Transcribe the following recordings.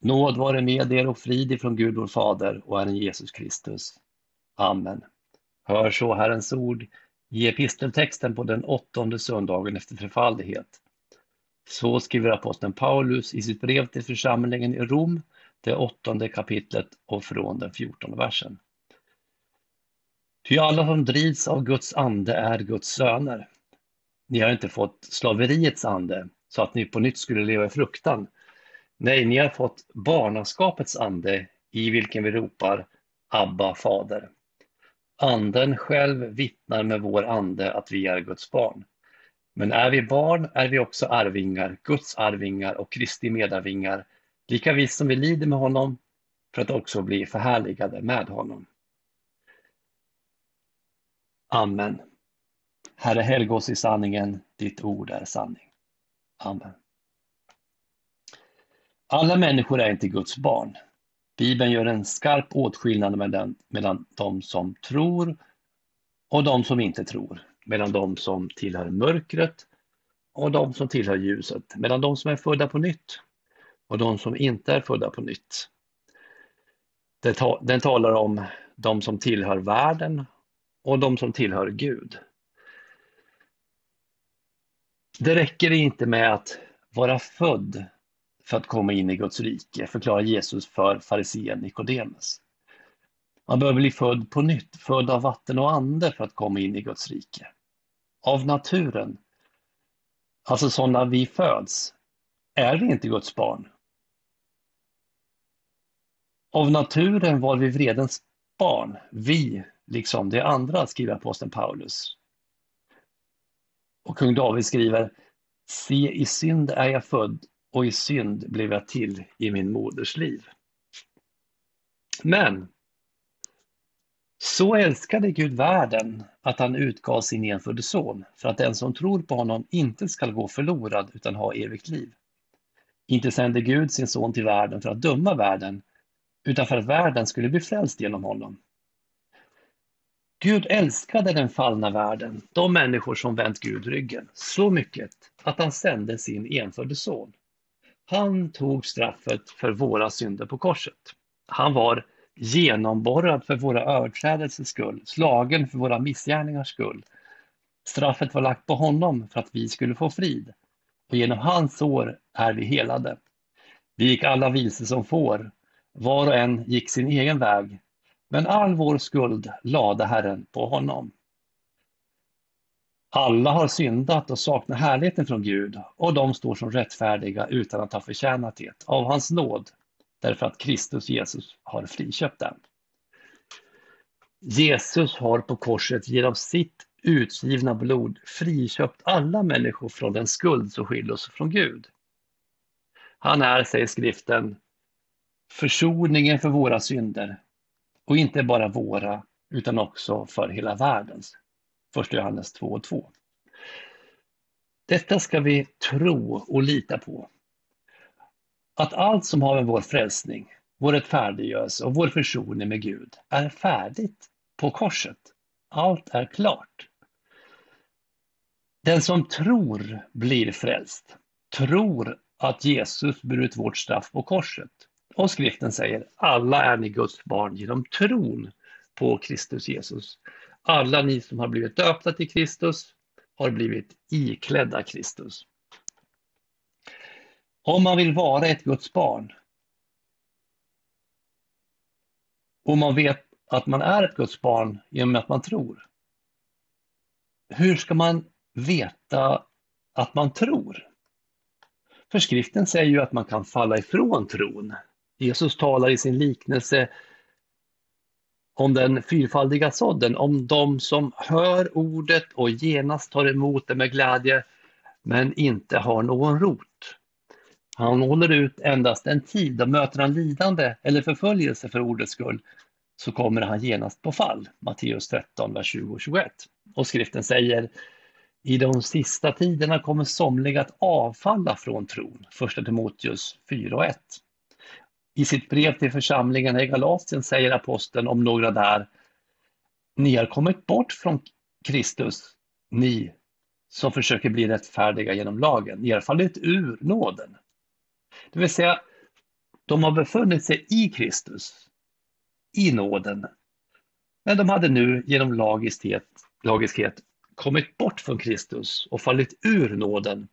Nåd vare med er och frid ifrån Gud vår Fader och Herren Jesus Kristus. Amen. Hör så Herrens ord i episteltexten på den 8:e söndagen efter trefaldighet. Så skriver aposteln Paulus i sitt brev till församlingen i Rom, det 8:e kapitlet och från den 14:e versen. Ty alla som drivs av Guds ande är Guds söner. Ni har inte fått slaveriets ande så att ni på nytt skulle leva i fruktan. Nej, ni har fått barnaskapets ande i vilken vi ropar Abba, Fader. Anden själv vittnar med vår ande att vi är Guds barn. Men är vi barn är vi också arvingar, Guds arvingar och Kristi medarvingar, lika visst som vi lider med honom för att också bli förhärligade med honom. Amen. Herre, helga oss i sanningen, ditt ord är sanning. Amen. Alla människor är inte Guds barn. Bibeln gör en skarp åtskillnad mellan de som tror och de som inte tror, mellan de som tillhör mörkret och de som tillhör ljuset, mellan de som är födda på nytt och de som inte är födda på nytt. Den talar om de som tillhör världen och de som tillhör Gud. Det räcker inte med att vara född för att komma in i Guds rike, förklarar Jesus för farisén Nikodemus. Man behöver bli född på nytt, född av vatten och ande för att komma in i Guds rike. Av naturen, alltså sådana vi föds, är vi inte Guds barn. Av naturen var vi vredens barn, vi liksom de andra, skriver aposteln Paulus. Och kung David skriver, se i synd är jag född och i synd blev jag till i min moders liv. Men så älskade Gud världen att han utgav sin enfödde son för att den som tror på honom inte ska gå förlorad utan ha evigt liv. Inte sände Gud sin son till världen för att döma världen utan för att världen skulle bli frälst genom honom. Gud älskade den fallna världen, de människor som vänt Gud ryggen, så mycket att han sände sin enfödde son. Han tog straffet för våra synder på korset. Han var genomborrad för våra överträdelsers skull, slagen för våra missgärningars skull. Straffet var lagt på honom för att vi skulle få frid, och genom hans sår är vi helade. Vi gick alla vilse som får, var och en gick sin egen väg, men all vår skuld lade Herren på honom. Alla har syndat och saknar härligheten från Gud, och de står som rättfärdiga utan att ha förtjänat det, av hans nåd, därför att Kristus Jesus har friköpt dem. Jesus har på korset genom sitt utgivna blod friköpt alla människor från den skuld som skiljer oss från Gud. Han är, säger skriften, försoningen för våra synder, och inte bara våra utan också för hela världens. 1 Johannes 2:2. Detta ska vi tro och lita på. Att allt som har med vår frälsning, vår rättfärdiggörelse och vår försoning med Gud är färdigt på korset. Allt är klart. Den som tror blir frälst, tror att Jesus burit vårt straff på korset. Och skriften säger, alla är ni Guds barn genom tron på Kristus Jesus. Alla ni som har blivit döpta till Kristus har blivit iklädda Kristus. Om man vill vara ett Guds barn och man vet att man är ett Guds barn genom att man tror, hur ska man veta att man tror? För skriften säger ju att man kan falla ifrån tron. Jesus talar i sin liknelse om den fyrfaldiga sådden, om de som hör ordet och genast tar emot det med glädje, men inte har någon rot. Han håller ut endast en tid, och möter han lidande eller förföljelse för ordets skull, så kommer han genast på fall. Matteus 13, vers 20 och 21. Och skriften säger, i de sista tiderna kommer somliga att avfalla från tron. 1 Timoteus 4:1. I sitt brev till församlingen i Galatien säger aposteln om några där, ni har kommit bort från Kristus, ni som försöker bli rättfärdiga genom lagen. Ni har fallit ur nåden. Det vill säga, De har befunnit sig i Kristus, i nåden. Men de hade nu genom lagiskhet kommit bort från Kristus och fallit ur nåden.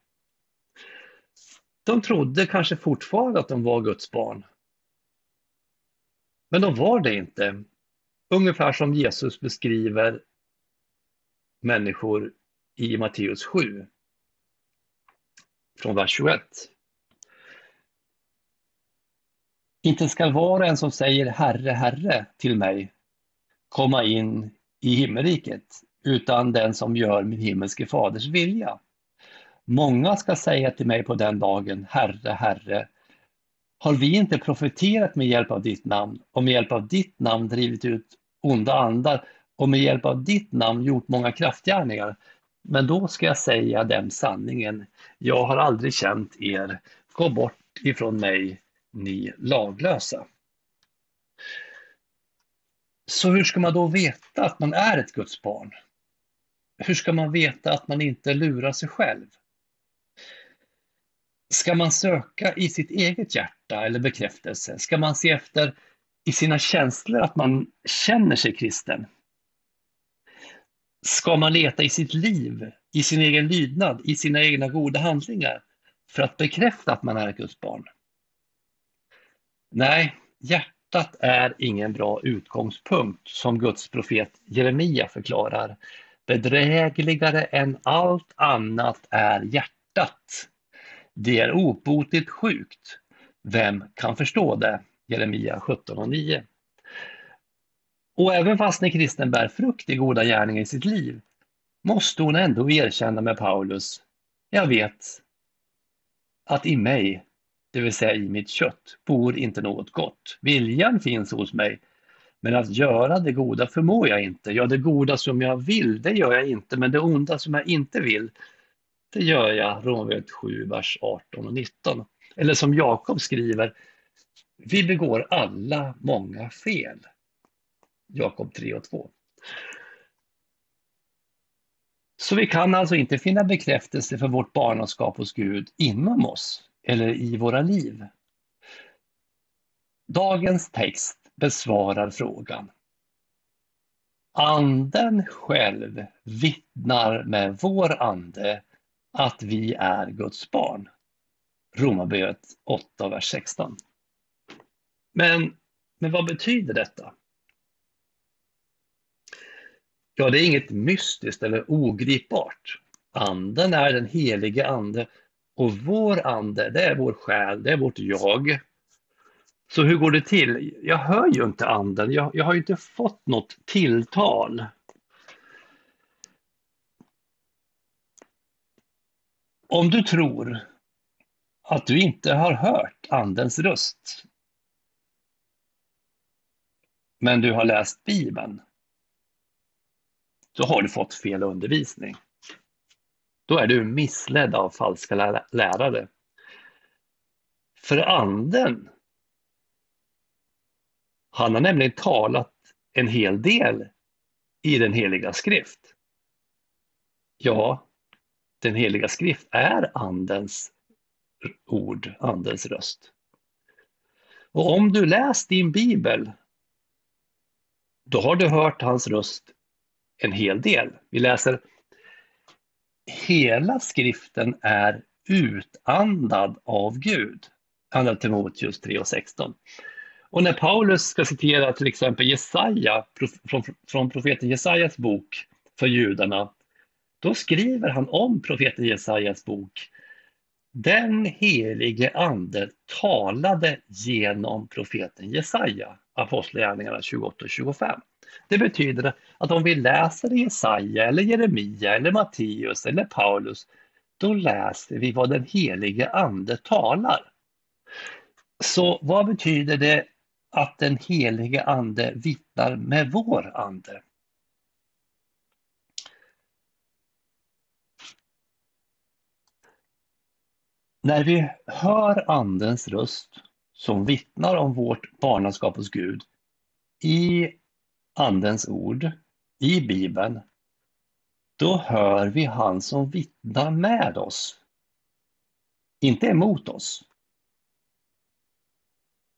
De trodde kanske fortfarande att de var Guds barn. Men de var det inte. Ungefär som Jesus beskriver människor i Matteus 7, från vers 21. Inte skall var och en som säger Herre, Herre till mig komma in i himmelriket, utan den som gör min himmelske faders vilja. Många ska säga till mig på den dagen, Herre, Herre, har vi inte profeterat med hjälp av ditt namn och med hjälp av ditt namn drivit ut onda andar och med hjälp av ditt namn gjort många kraftgärningar? Men då ska jag säga dem sanningen, jag har aldrig känt er, gå bort ifrån mig, ni laglösa. Så hur ska man då veta att man är ett Guds barn? Hur ska man veta att man inte lurar sig själv? Ska man söka i sitt eget hjärta eller bekräftelse? Ska man se efter i sina känslor att man känner sig kristen? Ska man leta i sitt liv, i sin egen lydnad, i sina egna goda handlingar för att bekräfta att man är ett Guds barn? Nej, hjärtat är ingen bra utgångspunkt, som Guds profet Jeremia förklarar. Bedrägligare än allt annat är hjärtat. Det är obotligt sjukt. Vem kan förstå det? Jeremia 17:9. Och även fast en kristen bär frukt i goda gärningar i sitt liv, måste hon ändå erkänna med Paulus, jag vet att i mig, det vill säga i mitt kött, bor inte något gott. Viljan finns hos mig, men att göra det goda förmår jag inte. Ja, det goda som jag vill, det gör jag inte, men det onda som jag inte vill, det gör jag. Romarbrevet 7, vers 18 och 19. Eller som Jakob skriver, vi begår alla många fel. Jakob 3 och 2. Så vi kan alltså inte finna bekräftelse för vårt barnaskap hos Gud inom oss eller i våra liv. Dagens text besvarar frågan. Anden själv vittnar med vår ande att vi är Guds barn. Romarbrevet 8, vers 16. Men vad betyder detta? Ja, det är inget mystiskt eller ogripbart. Anden är den helige ande och vår ande, det är vår själ, det är vårt jag. Så hur går det till? Jag hör ju inte anden, jag har ju inte fått något tilltal. Om du tror att du inte har hört andens röst, men du har läst Bibeln, då har du fått fel undervisning. Då är du missledd av falska lärare. För anden, han har nämligen talat en hel del i den heliga skrift. Ja, den heliga skrift är andens ord, andens röst. Och om du läst din bibel, då har du hört hans röst en hel del. Vi läser, hela skriften är utandad av Gud. Andra Timoteus 3 och 16. Och när Paulus ska citera till exempel Jesaja, från profeten Jesajas bok för judarna, då skriver han om profeten Jesajas bok. Den helige ande talade genom profeten Jesaja, Apostlagärningarna 28 och 25. Det betyder att om vi läser Jesaja eller Jeremia eller Matteus eller Paulus, då läser vi vad den helige ande talar. Så vad betyder det att den helige ande vittnar med vår ande? När vi hör andens röst som vittnar om vårt barnaskap hos Gud i andens ord, i Bibeln, då hör vi han som vittnar med oss, inte emot oss.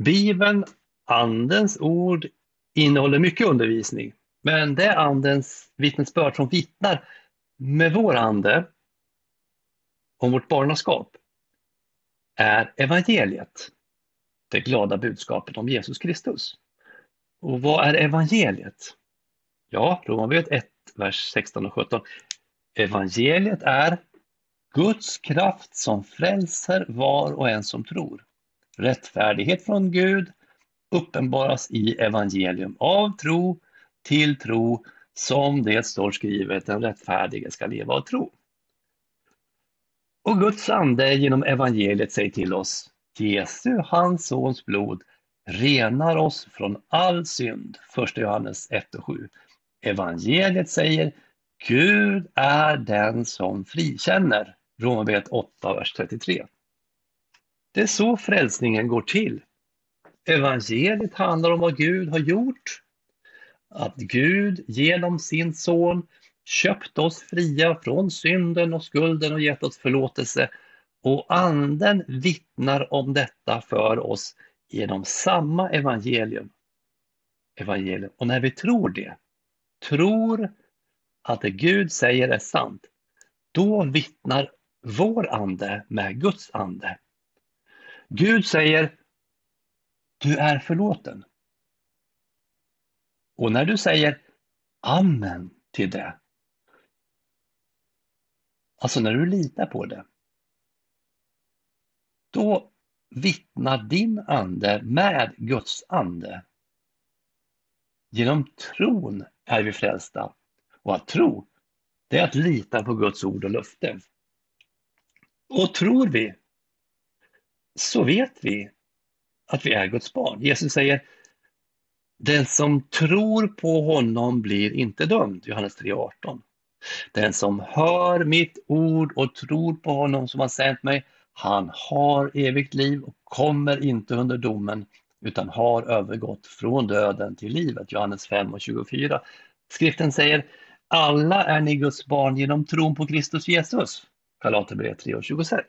Bibeln, Andens ord, innehåller mycket undervisning. Men det är Andens vittnesbörd som vittnar med vår ande om vårt barnaskap är evangeliet. Det glada budskapet om Jesus Kristus. Och vad är evangeliet? Ja, Romarbrevet 1, vers 16 och 17. Evangeliet är Guds kraft som frälser var och en som tror. Rättfärdighet från Gud uppenbaras i evangelium av tro till tro, som det står skrivet, den rättfärdige ska leva av tro. Och Guds ande genom evangeliet säger till oss, Jesu, hans sons blod, renar oss från all synd. 1 Johannes 1 och 7. Evangeliet säger, Gud är den som frikänner. Romarbrevet 8, vers 33. Det är så frälsningen går till. Evangeliet handlar om vad Gud har gjort. Att Gud genom sin son köpt oss fria från synden och skulden och gett oss förlåtelse. Och anden vittnar om detta för oss genom samma evangelium. Och när vi tror att det Gud säger är sant, då vittnar vår ande med Guds ande. Gud säger, du är förlåten. Och när du säger amen till det, alltså när du litar på det, då vittnar din ande med Guds ande. Genom tron är vi frälsta. Och att tro, det är att lita på Guds ord och löfte. Och tror vi, så vet vi att vi är Guds barn. Jesus säger, den som tror på honom blir inte dömd. Johannes 3,18. Den som hör mitt ord och tror på honom som har sänt mig, han har evigt liv och kommer inte under domen, utan har övergått från döden till livet. Johannes 5 och 24. Skriften säger, alla är ni Guds barn genom tron på Kristus Jesus. Galaterbrevet 3 och 26.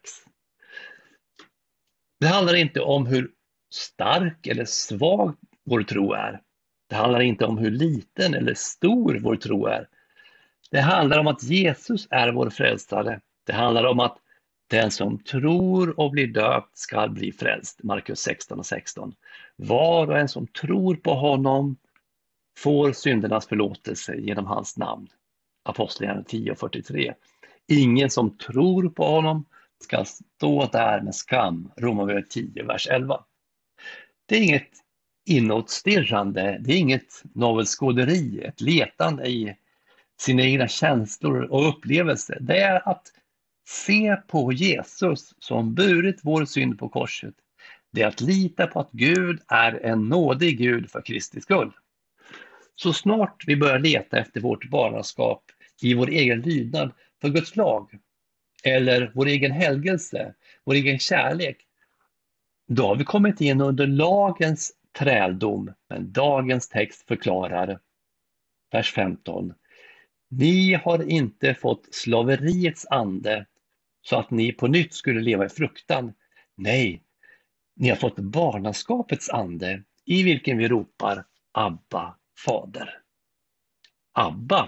Det handlar inte om hur stark eller svag vår tro är. Det handlar inte om hur liten eller stor vår tro är. Det handlar om att Jesus är vår frälsare. Det handlar om att den som tror och blir döpt ska bli frälst. Markus 16 och 16. Var och en som tror på honom får syndernas förlåtelse genom hans namn. Apostlagärningarna 10 och 43. Ingen som tror på honom ska stå där med skam. Romarbrevet 10, vers 11. Det är inget inåtstirrande, det är inget navelskåderi, ett letande i sina egna känslor och upplevelser. Det är att se på Jesus som burit vår synd på korset. Det är att lita på att Gud är en nådig Gud för Kristi skull. Så snart vi börjar leta efter vårt barnaskap i vår egen lydnad för Guds lag, eller vår egen helgelse, vår egen kärlek, då har vi kommit in under lagens träldom. Men dagens text förklarar, vers 15. Ni har inte fått slaveriets ande så att ni på nytt skulle leva i fruktan. Nej, ni har fått barnaskapets ande i vilken vi ropar Abba, Fader. Abba.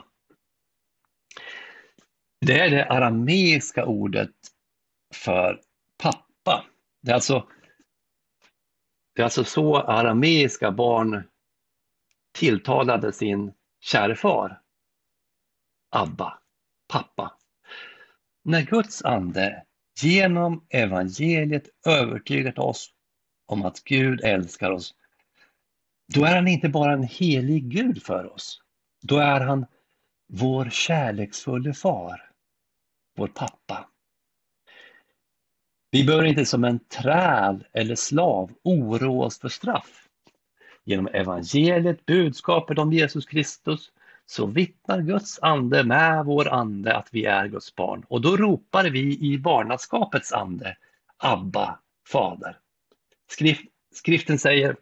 Det är det arameiska ordet för pappa. Det är alltså så arameiska barn tilltalade sin käre far. Abba, pappa. När Guds ande genom evangeliet övertygat oss om att Gud älskar oss, då är han inte bara en helig Gud för oss. Då är han vår kärleksfulla far, vår pappa. Vi behöver inte som en träl eller slav oroa oss för straff. Genom evangeliet, budskapet om Jesus Kristus, så vittnar Guds ande med vår ande att vi är Guds barn. Och då ropar vi i barnaskapets ande, Abba, Fader. Skriften säger,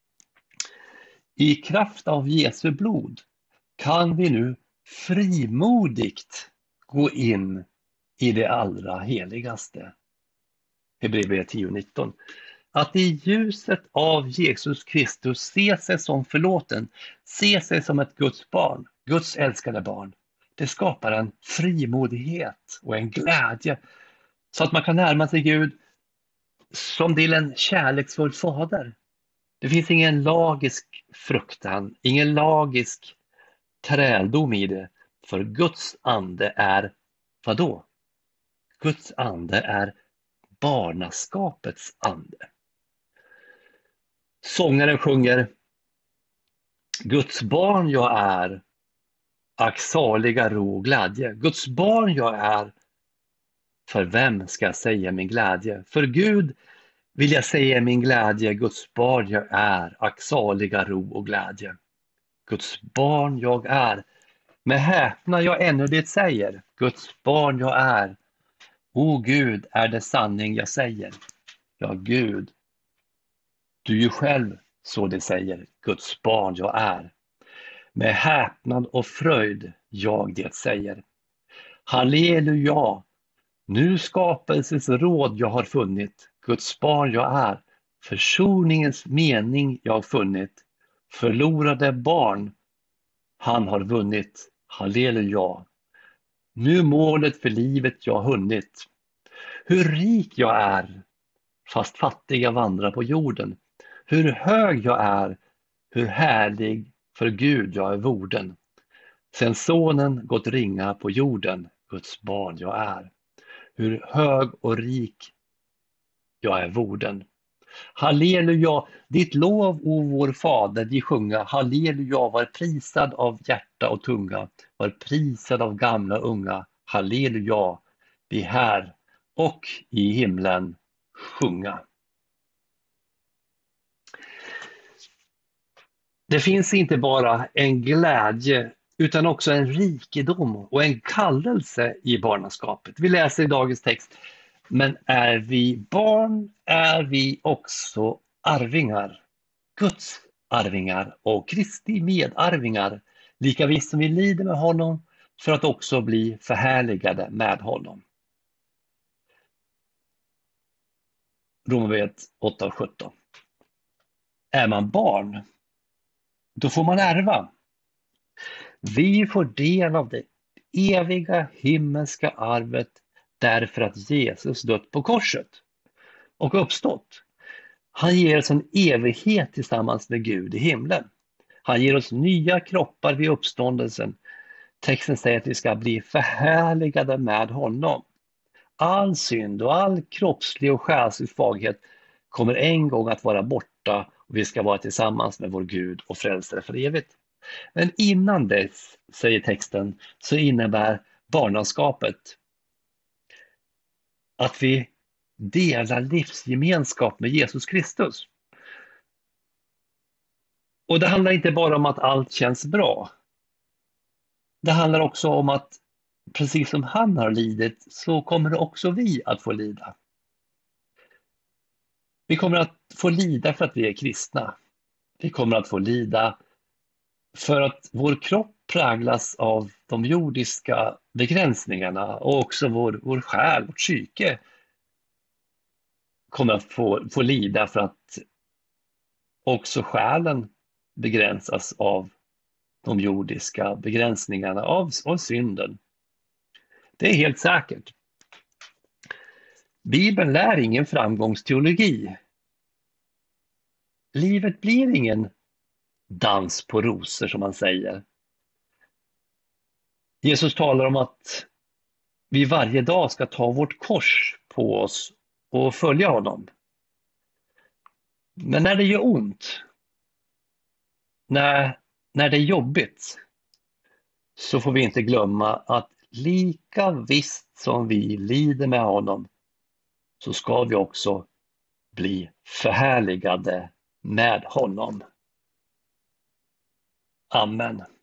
i kraft av Jesu blod kan vi nu frimodigt gå in i det allra heligaste. Hebreerbrevet 10:19. Att i ljuset av Jesus Kristus se sig som förlåten, se sig som ett Guds barn, Guds älskade barn. Det skapar en frimodighet och en glädje så att man kan närma sig Gud som till en kärleksfull fader. Det finns ingen lagisk fruktan, ingen lagisk träldom i det. För Guds ande är vad då? Guds ande är barnaskapets ande. Sångaren sjunger: Guds barn jag är, ack saliga ro och glädje. Guds barn jag är, för vem ska jag säga min glädje? För Gud vill jag säga min glädje, Guds barn jag är, ack saliga ro och glädje. Guds barn jag är, med häpna jag ännu det säger, Guds barn jag är. O Gud, är det sanning jag säger? Ja Gud, du ju själv så det säger, Guds barn jag är. Med häpnad och fröjd jag det säger. Halleluja, nu skapelses råd jag har funnit, Guds barn jag är, försoningens mening jag funnit, förlorade barn han har vunnit, halleluja. Nu målet för livet jag hunnit. Hur rik jag är, fast fattiga vandrar på jorden. Hur hög jag är, hur härlig för Gud jag är vorden. Sen sonen gått ringa på jorden, Guds barn jag är. Hur hög och rik jag är vorden. Halleluja, ditt lov, o vår fader, vi sjunga. Halleluja, var prisad av hjärta och tunga. Var prisad av gamla och unga. Halleluja, vi här och i himlen sjunga. Det finns inte bara en glädje utan också en rikedom och en kallelse i barnaskapet. Vi läser i dagens text: men är vi barn är vi också arvingar, Guds arvingar och Kristi medarvingar, lika visst som vi lider med honom för att också bli förhärligade med honom. Romarbrevet 8:17. Är man barn, då får man ärva. Vi får del av det eviga himmelska arvet därför att Jesus dött på korset och uppstått. Han ger oss en evighet tillsammans med Gud i himlen. Han ger oss nya kroppar vid uppståndelsen. Texten säger att vi ska bli förhärligade med honom. All synd och all kroppslig och själslig svaghet kommer en gång att vara borta och vi ska vara tillsammans med vår Gud och frälsare för evigt. Men innan dess, säger texten, så innebär barnaskapet att vi delar livsgemenskap med Jesus Kristus. Och det handlar inte bara om att allt känns bra. Det handlar också om att precis som han har lidit så kommer också vi att få lida. Vi kommer att få lida för att vi är kristna. Vi kommer att få lida för att vår kropp präglas av de jordiska begränsningarna och också vår själ, vårt psyke kommer att få lida för att också själen begränsas av de jordiska begränsningarna av synden. Det är helt säkert. Bibeln lär ingen framgångsteologi. Livet blir ingen dans på rosor som man säger. Jesus talar om att vi varje dag ska ta vårt kors på oss och följa honom. Men när det gör ont, när det är jobbigt, så får vi inte glömma att lika visst som vi lider med honom så ska vi också bli förhärligade med honom. Amen.